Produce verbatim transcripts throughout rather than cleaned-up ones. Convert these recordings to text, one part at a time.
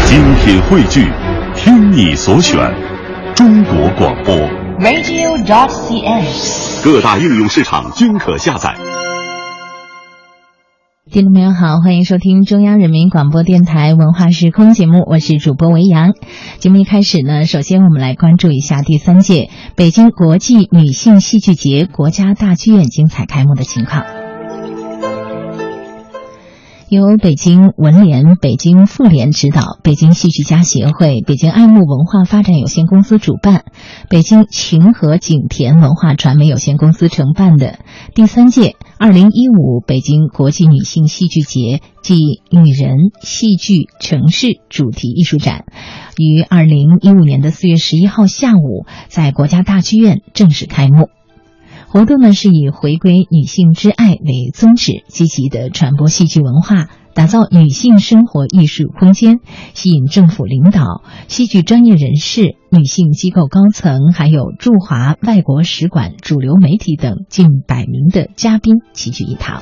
精品汇聚，听你所选，中国广播 radio dot c n， 各大应用市场均可下载。 听众朋友好，欢迎收听中央人民广播电台文化时空节目，我是主播维扬。节目一开始呢，首先我们来关注一下第三届北京国际女性戏剧节国家大剧院精彩开幕的情况。由北京文联、北京妇联指导，北京戏剧家协会、北京爱慕文化发展有限公司主办，北京群和景田文化传媒有限公司承办的第三届二零一五北京国际女性戏剧节暨女人戏剧城市主题艺术展，于二零一五年的四月十一号下午在国家大剧院正式开幕。活动呢是以回归女性之爱为宗旨，积极的传播戏剧文化，打造女性生活艺术空间，吸引政府领导、戏剧专业人士、女性机构高层，还有驻华外国使馆、主流媒体等近百名的嘉宾齐聚一堂。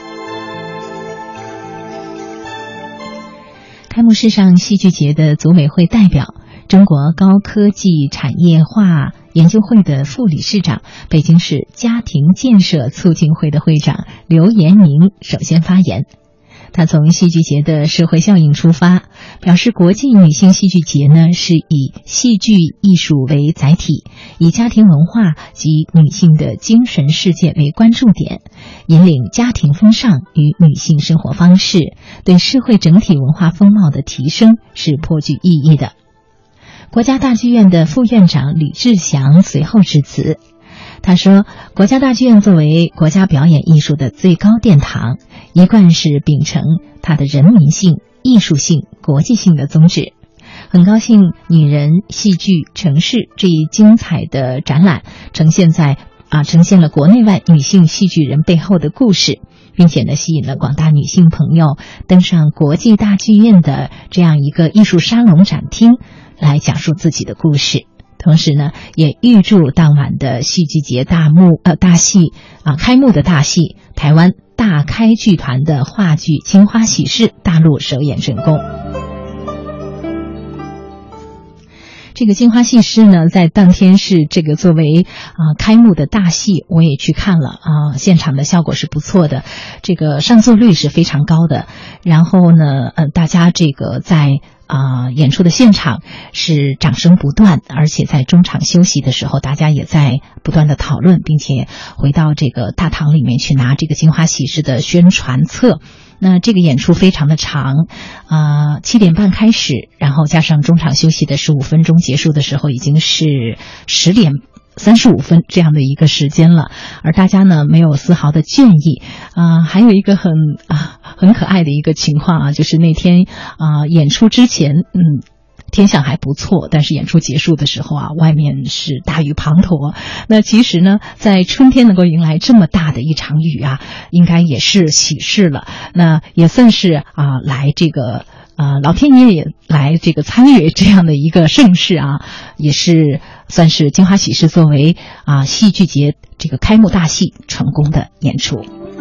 开幕式上，戏剧节的组委会代表、中国高科技产业化研究会的副理事长、北京市家庭建设促进会的会长刘延宁首先发言。他从戏剧节的社会效应出发，表示国际女性戏剧节呢是以戏剧艺术为载体，以家庭文化及女性的精神世界为关注点，引领家庭风尚与女性生活方式，对社会整体文化风貌的提升是颇具意义的。国家大剧院的副院长李志祥随后致辞，他说，国家大剧院作为国家表演艺术的最高殿堂，一贯是秉承它的人民性、艺术性、国际性的宗旨。很高兴女人戏剧城市这一精彩的展览呈现在啊呈现了国内外女性戏剧人背后的故事，并且呢吸引了广大女性朋友登上国际大剧院的这样一个艺术沙龙展厅来讲述自己的故事。同时呢，也预祝当晚的戏剧节大幕呃大戏啊开幕的大戏台湾大开剧团的话剧《青花喜事》大陆首演成功。这个《青花戏事》呢，在当天是这个作为啊、呃、开幕的大戏，我也去看了啊、呃，现场的效果是不错的，这个上座率是非常高的。然后呢，呃，大家这个在啊、呃，演出的现场是掌声不断，而且在中场休息的时候，大家也在不断的讨论，并且回到这个大堂里面去拿这个《青花喜事》的宣传册。那这个演出非常的长，啊、呃，七点半开始，然后加上中场休息的十五分钟，结束的时候已经是十点三十五分这样的一个时间了，而大家呢没有丝毫的倦意啊、呃。还有一个很啊很可爱的一个情况啊，就是那天啊、呃、演出之前，嗯。天象还不错，但是演出结束的时候啊，外面是大雨滂沱。那其实呢，在春天能够迎来这么大的一场雨啊，应该也是喜事了。那也算是啊，来这个啊，老天爷也来这个参与这样的一个盛事啊，也是算是《青花喜事》作为啊戏剧节这个开幕大戏成功的演出。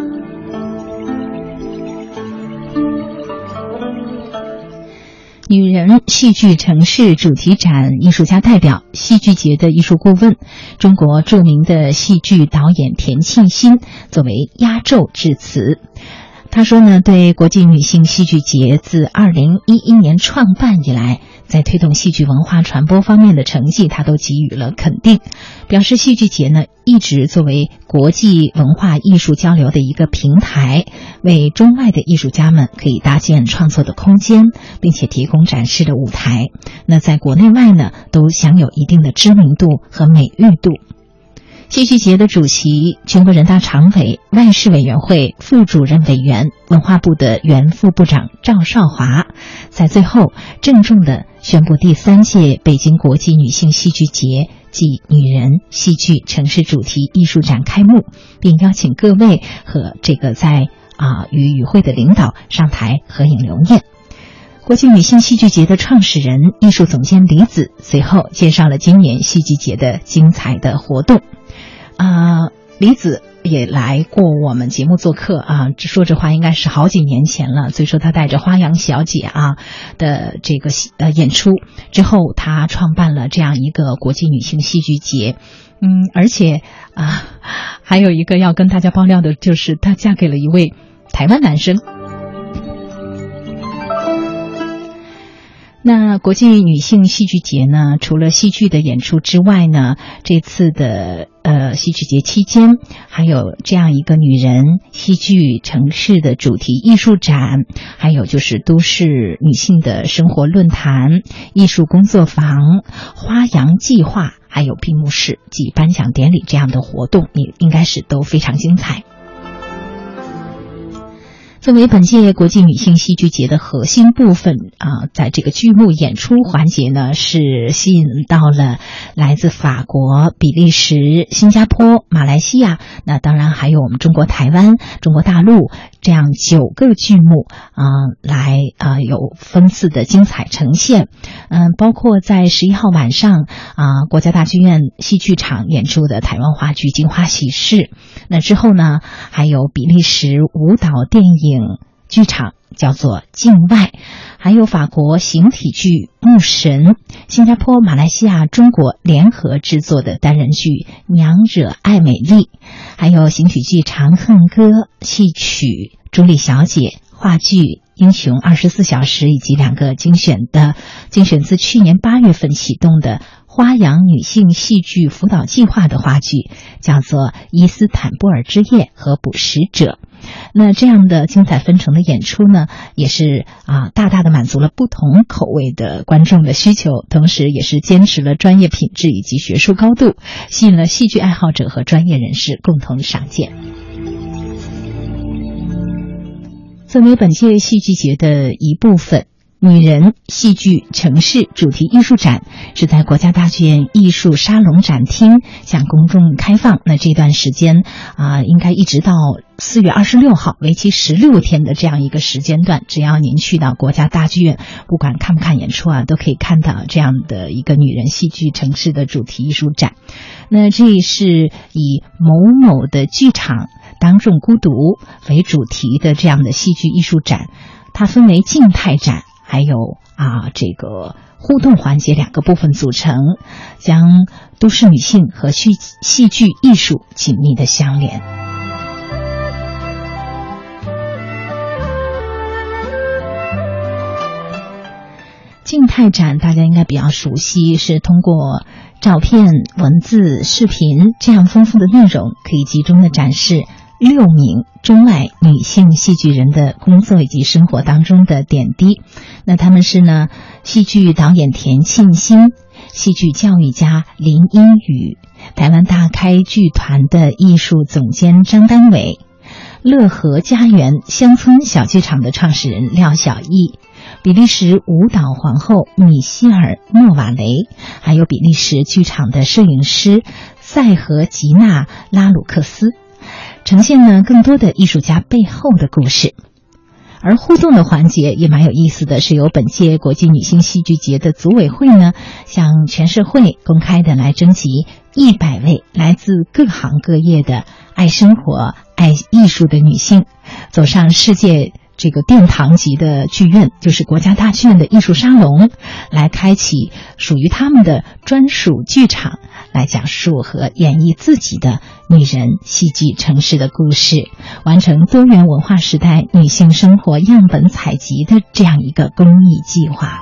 女人戏剧城市主题展艺术家代表、戏剧节的艺术顾问、中国著名的戏剧导演田沁鑫作为压轴致辞。他说呢，对国际女性戏剧节自二零一一年创办以来，在推动戏剧文化传播方面的成绩，他都给予了肯定，表示戏剧节呢一直作为国际文化艺术交流的一个平台，为中外的艺术家们可以搭建创作的空间，并且提供展示的舞台。那在国内外呢，都享有一定的知名度和美誉度。戏剧节的主席、全国人大常委、外事委员会副主任委员、文化部的原副部长赵少华，在最后郑重地宣布第三届北京国际女性戏剧节暨女人戏剧城市主题艺术展开幕，并邀请各位和这个在啊与与会的领导上台合影留念。国际女性戏剧节的创始人、艺术总监李子随后介绍了今年戏剧节的精彩的活动。啊、呃， 李子也来过我们节目做客啊，说这话应该是好几年前了。所以说他带着《花样小姐》啊的这个呃演出之后，他创办了这样一个国际女性戏剧节。嗯，而且啊，还有一个要跟大家爆料的就是，她嫁给了一位台湾男生。那国际女性戏剧节呢，除了戏剧的演出之外呢，这次的呃戏剧节期间还有这样一个女人戏剧城市的主题艺术展，还有就是都市女性的生活论坛、艺术工作坊、花样计划，还有闭幕式及颁奖典礼这样的活动，也应该是都非常精彩。作为本届国际女性戏剧节的核心部分啊，在这个剧目演出环节呢，是吸引到了来自法国、比利时、新加坡、马来西亚，那当然还有我们中国台湾、中国大陆这样九个剧目啊，来啊有分次的精彩呈现。嗯，包括在十一号晚上啊，国家大剧院戏剧场演出的台湾话剧《金花喜事》，那之后呢，还有比利时舞蹈电影剧场叫做境外，还有法国形体剧牧神，新加坡、马来西亚、中国联合制作的单人剧娘惹爱美丽，还有形体剧长恨歌、戏曲朱莉小姐、话剧英雄二十四小时，以及两个精选的精选自去年八月份启动的花样女性戏剧辅导计划的话剧，叫做伊斯坦布尔之夜和捕食者。那这样的精彩纷呈的演出呢，也是啊大大的满足了不同口味的观众的需求，同时也是坚持了专业品质以及学术高度，吸引了戏剧爱好者和专业人士共同赏鉴。作为本届戏剧节的一部分，女人戏剧城市主题艺术展是在国家大剧院艺术沙龙展厅向公众开放。那这段时间啊、呃，应该一直到四月二十六号，为期十六天的这样一个时间段，只要您去到国家大剧院，不管看不看演出啊，都可以看到这样的一个女人戏剧城市的主题艺术展。那这是以某某的剧场当众孤独为主题的这样的戏剧艺术展，它分为静态展还有啊这个互动环节两个部分组成，将都市女性和戏戏剧艺术紧密的相连。静态展大家应该比较熟悉，是通过照片、文字、视频这样丰富的内容，可以集中的展示六名中外女性戏剧人的工作以及生活当中的点滴。那他们是呢，戏剧导演田沁鑫，戏剧教育家林英宇，台湾大开剧团的艺术总监张丹伟，乐和家园乡村小剧场的创始人廖小艺，比利时舞蹈皇后米歇尔诺瓦雷，还有比利时剧场的摄影师塞和吉娜拉鲁克斯，呈现呢更多的艺术家背后的故事。而互动的环节也蛮有意思的，是由本届国际女性戏剧节的组委会呢，向全社会公开的来征集一百位来自各行各业的爱生活、爱艺术的女性，走上世界这个殿堂级的剧院，就是国家大剧院的艺术沙龙，来开启属于他们的专属剧场，来讲述和演绎自己的女人戏剧城市的故事，完成多元文化时代女性生活样本采集的这样一个公益计划。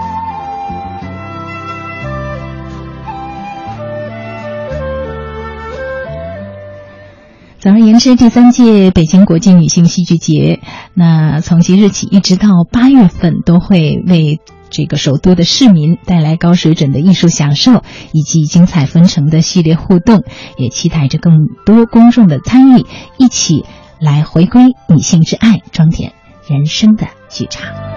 总而言之，第三届北京国际女性戏剧节，那从即日起一直到八月份，都会为这个首都的市民带来高水准的艺术享受以及精彩纷呈的系列互动，也期待着更多公众的参与，一起来回归女性之爱，装点人生的剧场。